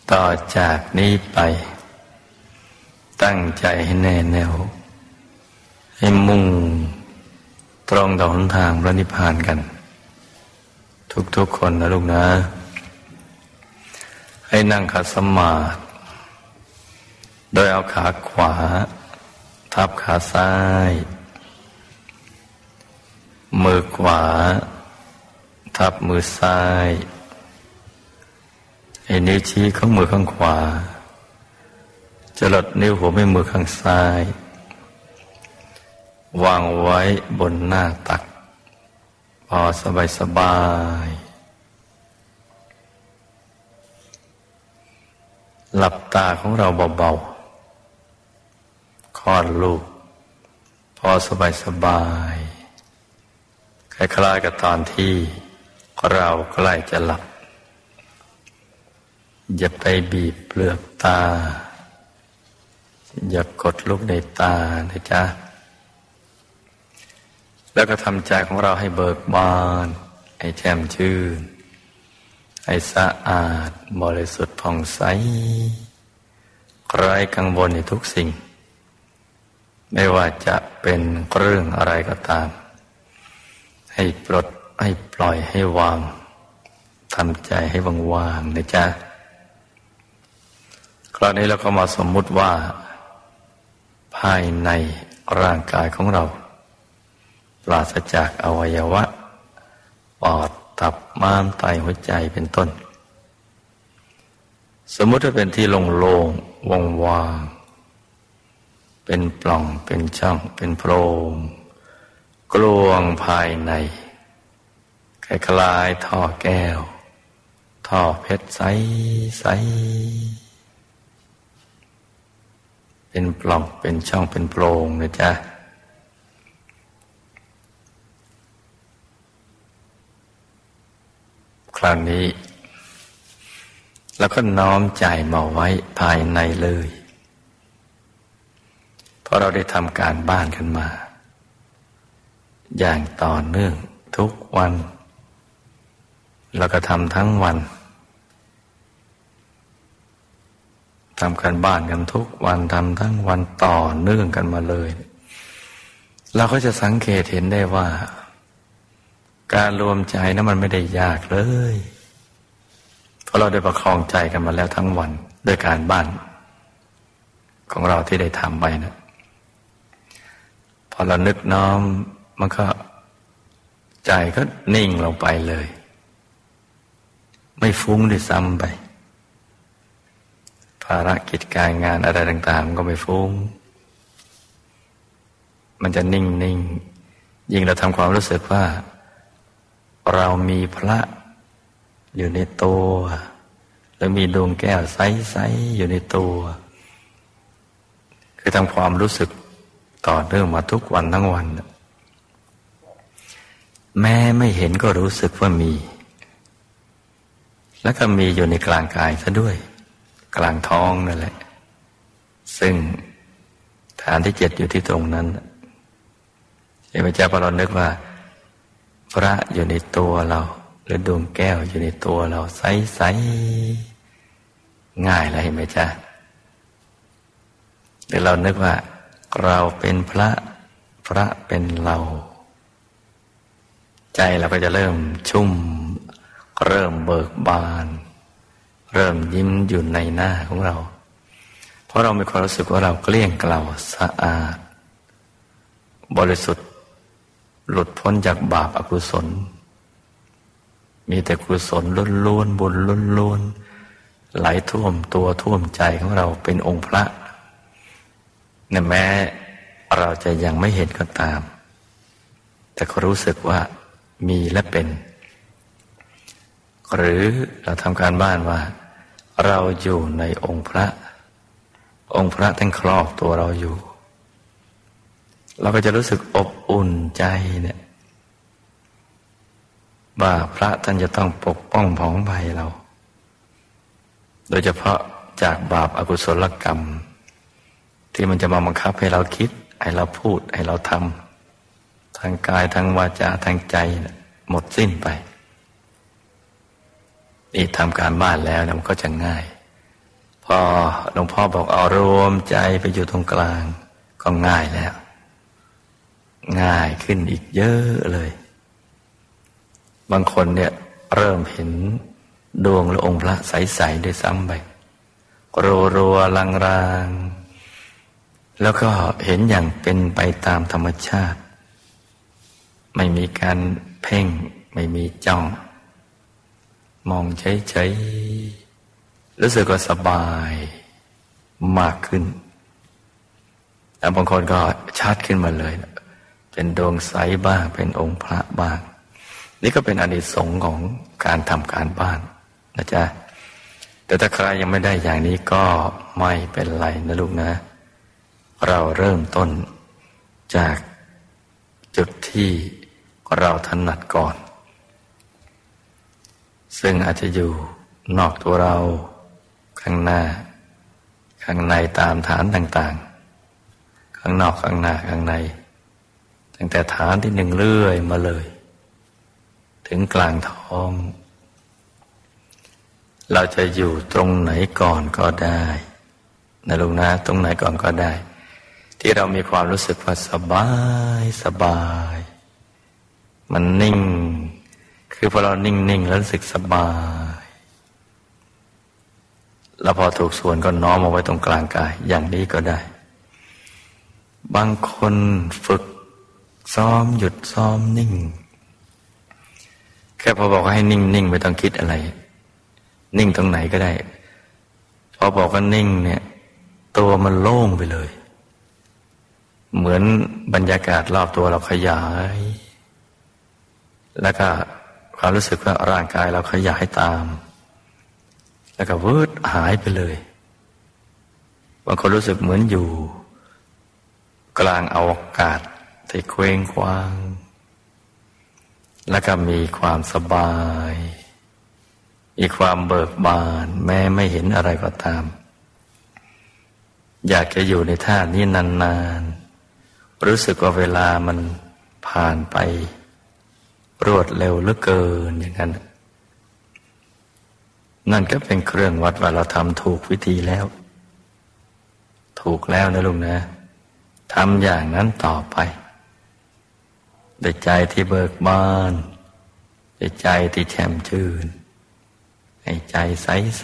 ต่อจากนี้ไปตั้งใจให้แน่แน่วให้มุ่งตรงต่อหนทางพระนิพพานกันทุกๆคนนะลูกนะให้นั่งขัดสมาธิโดยเอาขาขวาทับขาซ้ายมือขวาทับมือซ้ายให้นิ้วชี้ของมือข้างขวาจรดนิ้วหัวแม่มือข้างซ้ายวางไว้บนหน้าตักพอสบายหลับตาของเราเบาๆคลอดลูกพอสบายคล้ายๆกับตอนที่เราใกล้จะหลับอย่าไปบีบเปลือกตาอย่ากดลูกในตานะจ๊ะแล้วก็ทำใจของเราให้เบิกบานให้แจ่มชื่นให้สะอาดบริสุทธิ์ผ่องใสไร้กังวลในทุกสิ่งไม่ว่าจะเป็นเรื่องอะไรก็ตามให้ปลดให้ปล่อยให้วางทำใจให้ว่างๆนะจ๊ะคราวนี้เราก็มาสมมุติว่าภายในร่างกายของเราปราศจากอวัยวะปอดตับม้ามไตหัวใจเป็นต้นสมมุติว่าเป็นที่โล่งๆว่างๆเป็นปล่องเป็นช่องเป็นโพรงกลวงภายในคล้ายๆท่อแก้วท่อเพชรใสๆเป็นปล่องเป็นช่องเป็นโพรงนะจ๊ะคราวนี้แล้วก็น้อมใจมาไว้ภายในเลยเพราะเราได้ทำการบ้านกันมาอย่างต่อเนื่องทุกวันแล้วก็ทำทั้งวันทำการบ้านกันทุกวันทำทั้งวันต่อเนื่องกันมาเลยเราก็จะสังเกตเห็นได้ว่าการรวมใจนั้นมันไม่ได้ยากเลยเพราะเราได้ประคองใจกันมาแล้วทั้งวันด้วยการบ้านของเราที่ได้ทำไปนะพอเรานึกน้อมมันก็ใจก็นิ่งลงไปเลยไม่ฟุ้งด้วยซ้ำไปภารกิจการงานอะไรต่างๆมันก็ไม่ฟุ้งมันจะนิ่งยิ่งเราทำความรู้สึกว่าเรามีพระอยู่ในตัวแล้วมีดวงแก้วใสๆอยู่ในตัวคือทำความรู้สึกต่อเนื่องมาทุกวันทั้งวันแม้ไม่เห็นก็รู้สึกว่ามีแล้วก็มีอยู่ในกลางกายซะด้วยกลางท้องนั่นแหละซึ่งฐานที่7อยู่ที่ตรงนั้นพระเจ้าพอเรานึกว่าพระอยู่ในตัวเราหรือดวงแก้วอยู่ในตัวเราใสๆง่ายเลยเห็นไหมจ๊ะหรือเรานึกว่าเราเป็นพระเป็นเราใจเราก็จะเริ่มชุ่มเริ่มเบิกบานเริ่มยิ้มอยู่ในหน้าของเราเพราะเรามีความรู้สึกว่าเราเกลี้ยงเกลาสะอาดบริสุทธิ์หลุดพ้นจากบาปอกุศลมีแต่กุศลล้วนๆบุญล้วนๆไหลท่วมตัวท่วมใจของเราเป็นองค์พระเนี่ยแม้เราจะยังไม่เห็นก็ตามแต่ก็รู้สึกว่ามีและเป็นหรือเราทำการบ้านว่าเราอยู่ในองค์พระท่านครอบตัวเราอยู่เราก็จะรู้สึกอบอุ่นใจเนี่ยว่าพระท่านจะต้องปกป้องผองภัยเราโดยเฉพาะจากบาปอกุศลกรรมที่มันจะมาบังคับให้เราคิดให้เราพูดให้เราทำทางกายทางวาจาทางใจหมดสิ้นไปนี่ทำการบ้านแล้วมันก็จะง่ายอหลวงพ่อบอกเอารวมใจไปอยู่ตรงกลางก็ง่ายแล้วง่ายขึ้นอีกเยอะเลยบางคนเนี่ยเริ่มเห็นดวงหรือองค์พระใสๆด้วยซ้ำไปรัวๆลางๆแล้วก็เห็นอย่างเป็นไปตามธรรมชาติไม่มีการเพ่งไม่มีจ้องมองเฉยๆรู้สึกว่าสบายมากขึ้นแต่บางคนก็ชัดขึ้นมาเลยเป็นดวงใสบ้างเป็นองค์พระบ้างนี่ก็เป็นอานิสงส์ของการทำการบ้านนะจ๊ะแต่ถ้าใครยังไม่ได้อย่างนี้ก็ไม่เป็นไรนะลูกนะเราเริ่มต้นจากจุดที่เราถนัดก่อนซึ่งอาจจะอยู่นอกตัวเราข้างหน้าข้างในตามฐานต่างๆข้างนอกข้างหน้าข้างในตั้งแต่ฐานที่หนึ่งเลื่อยมาเลยถึงกลางท้องเราจะอยู่ตรงไหนก่อนก็ได้นะลูกนะตรงไหนก่อนก็ได้ที่เรามีความรู้สึกว่าสบายสบายมันนิ่งคือพอเรานิ่งๆแล้วรู้สึกสบายแล้วพอถูกส่วนก็น้อมเอาไว้ตรงกลางกายอย่างนี้ก็ได้บางคนฝึกซ้อมหยุดซ้อมนิ่งแค่พอบอกให้นิ่งๆไม่ต้องคิดอะไรนิ่งตรงไหนก็ได้พอบอกว่านิ่งเนี่ยตัวมันโล่งไปเลยเหมือนบรรยากาศรอบตัวเราขยายแล้วก็ความรู้สึกว่าร่างกายเราขยายตามแล้วก็วืดหายไปเลยบางคนรู้สึกเหมือนอยู่กลางอวกาศที่เคว้งคว้างแล้วก็มีความสบายมีความเบิกบานแม้ไม่เห็นอะไรก็ตามอยากจะอยู่ในท่านี้นานๆรู้สึกว่าเวลามันผ่านไปรวดเร็วเหลือเกินอย่างนั้นนั่นก็เป็นเครื่องวัดว่าเราทำถูกวิธีแล้วถูกแล้วนะลุงนะทำอย่างนั้นต่อไปด้วยใจที่เบิกบานด้วยใจที่แช่มชื่นให้ใจใส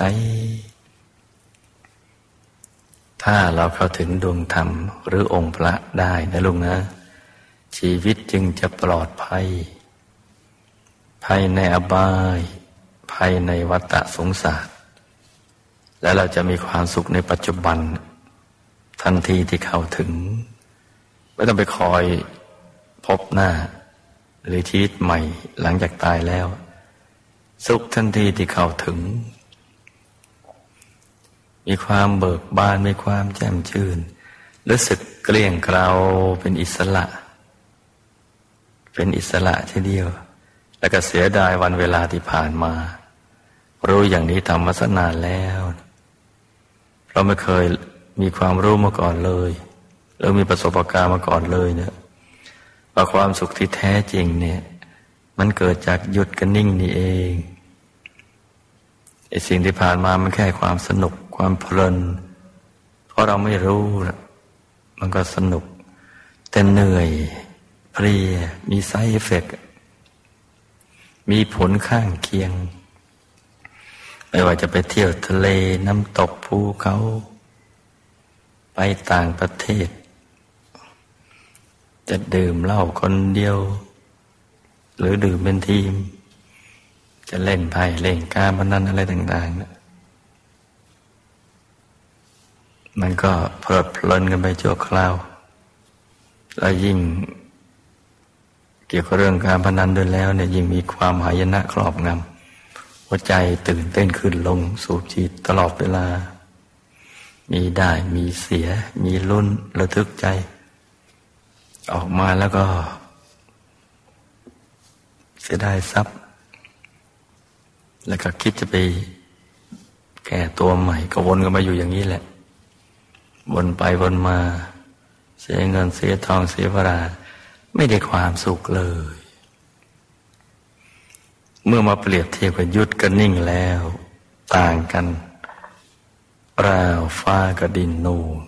ๆถ้าเราเข้าถึงดวงธรรมหรือองค์พระได้นะลุงนะชีวิตจึงจะปลอดภัยภายในอบายภายในวัฏสงสารและเราจะมีความสุขในปัจจุบันทันทีที่เข้าถึงไม่ต้องไปคอยพบหน้าหรือชีวิตใหม่หลังจากตายแล้วสุขทันทีที่เข้าถึงมีความเบิกบานมีความแจ่มชื่นรู้สึกเกลี้ยงเกลาเป็นอิสระทีเดียวแล้วก็เสียดายวันเวลาที่ผ่านมารู้อย่างนี้ทำมาสักนานแล้วเราไม่เคยมีความรู้มาก่อนเลยหรือมีประสบการณ์มาก่อนเลยเนี่ยว่าความสุขที่แท้จริงเนี่ยมันเกิดจากหยุดกับนิ่งนี่เองไอ้สิ่งที่ผ่านมามันแค่ความสนุกความเพลินเพราะเราไม่รู้มันก็สนุกแต่เหนื่อยเพลียมีไซด์เอฟเฟกต์มีผลข้างเคียงไม่ว่าจะไปเที่ยวทะเลน้ำตกภูเขาไปต่างประเทศจะดื่มเหล้าคนเดียวหรือดื่มเป็นทีมจะเล่นไพ่เล่นการพนันอะไรต่างๆนะมันก็เพลิดเพลินกันไปชั่วคราวแล้วยิ่งเกี่ยวกับเรื่องการพนันด้วยแล้วเนี่ยยิ่งมีความหายนะครอบงำหัวใจตื่นเต้นขึ้นลงสูบฉีดตลอดเวลามีได้มีเสียมีลุ้นระทึกใจออกมาแล้วก็เสียดายทรัพย์แล้วก็คิดจะไปแก้ตัวใหม่ก็วนกันมาอยู่อย่างนี้แหละวนไปวนมาเสียเงินเสียทองเสียเวลาไม่ได้ความสุขเลยเมื่อมาเปรียบเทียบกับหยุดกับนิ่งแล้วต่างกันราวฟ้ากับดินนูน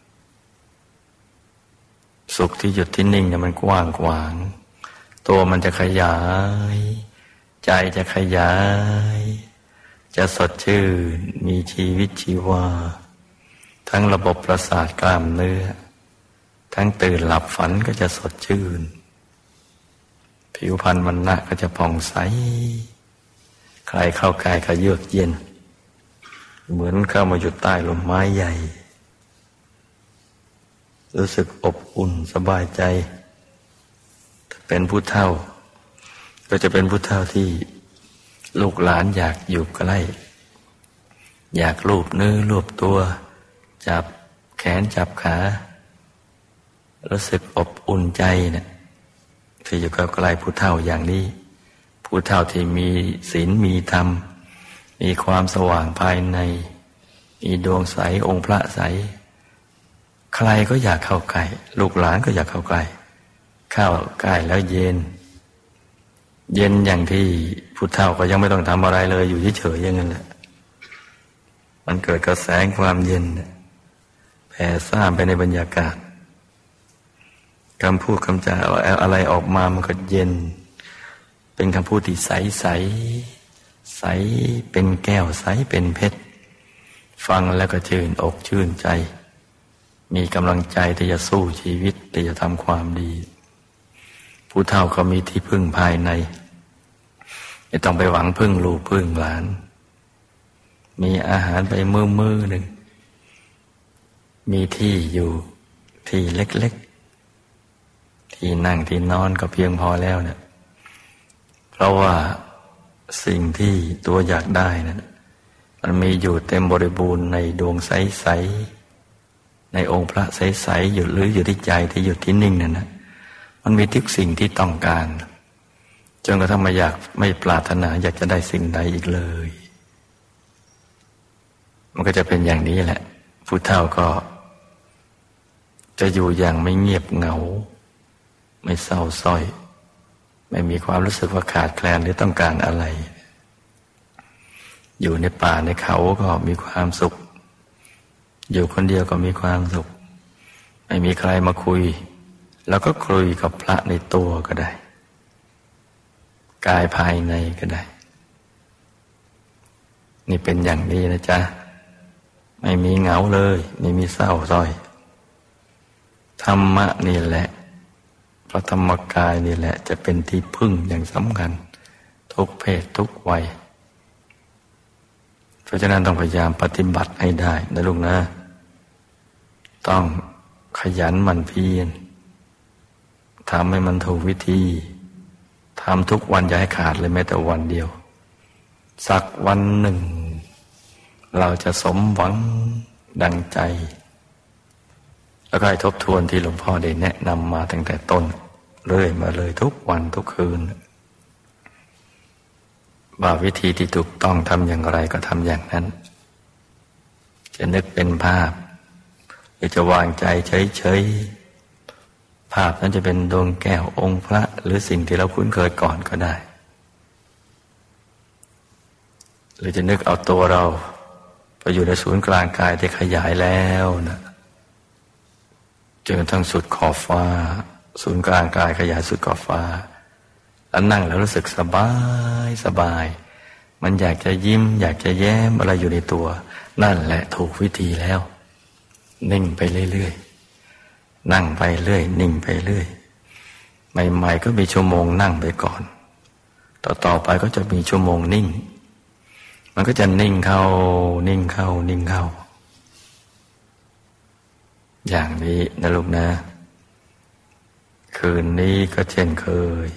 สุขที่หยุดที่นิ่งเนี่ยมันกว้างขวางตัวมันจะขยายใจจะขยายจะสดชื่นมีชีวิตชีวาทั้งระบบประสาทกล้ามเนื้อทั้งตื่นหลับฝันก็จะสดชื่นผิวพรรณวรรณะก็จะผ่องใสใครเข้าใกล้ก็เยือกเย็นเหมือนเข้ามาอยู่ใต้ลมไม้ใหญ่รู้สึกอบอุ่นสบายใจถ้าเป็นผู้เฒ่าก็จะเป็นผู้เฒ่าที่ลูกหลานอยากอยู่ใกล้อยากลูบเนื้อลูบตัวจับแขนจับขารู้สึกอบอุ่นใจเนี่ยที่อยู่ใกล้ผู้เฒ่าอย่างนี้ผู้เฒ่าที่มีศีลมีธรรมมีความสว่างภายในมีดวงใสองค์พระใสใครก็อยากเข้าใกล้ลูกหลานก็อยากเข้าใกล้เข้าใกล้แล้วเย็นอย่างที่ผู้เฒ่าก็ยังไม่ต้องทำอะไรเลยอยู่เฉยๆอย่างนั้นแหละมันเกิดกระแสความเย็นแผ่ซ่านไปในบรรยากาศคำพูดคำจาอะไรออกมามันก็เย็นเป็นคำพูดที่ใสใสเป็นแก้วใสเป็นเพชรฟังแล้วก็ชื่นอกชื่นใจมีกำลังใจที่จะสู้ชีวิตที่จะทำความดีผู้เฒ่าก็มีที่พึ่งภายในไม่ต้องไปหวังพึ่งลูกพึ่งหลานมีอาหารไปมื้อหนึ่งมีที่อยู่ที่เล็กๆที่นั่งที่นอนก็เพียงพอแล้วเนี่ยเพราะว่าสิ่งที่ตัวอยากได้นั้นมันมีอยู่เต็มบริบูรณ์ในดวงใสๆในองค์พระใสๆอยู่หรืออยู่ที่ใจที่อยู่ที่นิ่งนั่นนะมันมีทุกสิ่งที่ต้องการจนกระทั่งไม่ปรารถนาอยากจะได้สิ่งใดอีกเลยมันก็จะเป็นอย่างนี้แหละผู้เฒ่าก็จะอยู่อย่างไม่เงียบเหงาไม่เศร้าส้อยไม่มีความรู้สึกว่าขาดแคลนหรือต้องการอะไรอยู่ในป่าในเขาก็มีความสุขอยู่คนเดียวก็มีความสุขไม่มีใครมาคุยแล้วก็คุยกับพระในตัวก็ได้กายภายในก็ได้นี่เป็นอย่างนี้นะจ๊ะไม่มีเหงาเลยไม่มีเศร้าส้อยธรรมะนี่แหละพระธรรมกายนี่แหละจะเป็นที่พึ่งอย่างสำคัญทุกเพศทุกวัยเพราะฉะนั้นต้องพยายามปฏิบัติให้ได้นะลูกนะต้องขยันหมั่นเพียรทำให้มันถูกวิธีทำทุกวันอย่าให้ขาดเลยแม้แต่วันเดียวสักวันหนึ่งเราจะสมหวังดังใจแล้วก็ให้ทบทวนที่หลวงพ่อได้แนะนำมาตั้งแต่ต้นเรื่อยมาเลยทุกวันทุกคืนว่าวิธีที่ถูกต้องทำอย่างไรก็ทำอย่างนั้นจะนึกเป็นภาพหรือจะวางใจเฉยๆภาพนั้นจะเป็นดวงแก้วองค์พระหรือสิ่งที่เราคุ้นเคยก่อนก็ได้หรือจะนึกเอาตัวเราไปอยู่ในศูนย์กลางกายที่ขยายแล้วนะจนกระทั่งสุดขอบฟ้าศูนย์กลางกายขยายสุดขอบฟ้าแล้วนั่งแล้วรู้สึกสบายมันอยากจะยิ้มอยากจะแย้มอะไรอยู่ในตัวนั่นแหละถูกวิธีแล้วนิ่งไปเรื่อยๆนั่งไปเรื่อยนิ่งไปเรื่อยใหม่ๆก็มีชั่วโมงนั่งไปก่อนต่อไปก็จะมีชั่วโมงนิ่งมันก็จะนิ่งเข้านิ่งเข้านิ่งเข้าอย่างนี้นะลูกนะคืนนี้ก็เช่นเคย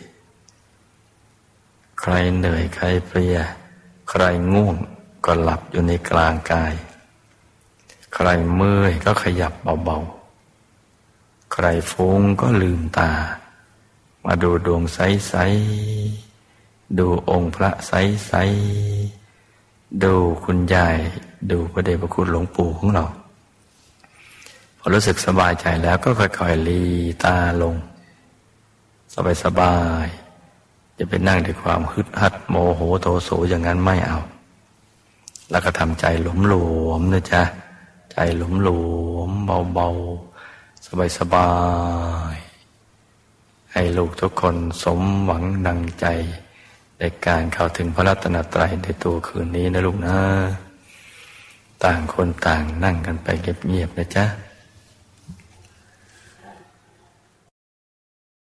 ใครเหนื่อยใครเพลียใครง่วงก็หลับอยู่ในกลางกายใครเมื่อยก็ขยับเบาๆใครฟุ้งก็ลืมตามาดูดวงใสๆดูองค์พระใสๆดูคุณยายดูพระเดชพระคุณหลวงปู่ของเราพอรู้สึกสบายใจแล้วก็ค่อยๆลีตาลงสบายๆจะไปนั่งด้วยความฮึดฮัดโมโหโทโสอย่างนั้นไม่เอาแล้วก็ทำใจหลวมๆนะจ๊ะใจหลวมๆเบาๆสบายๆให้ลูกทุกคนสมหวังดังใจในการเข้าถึงพระรัตนตรัยในตัวคืนนี้นะลูกนะต่างคนต่างนั่งกันไปเงียบๆนะจ๊ะ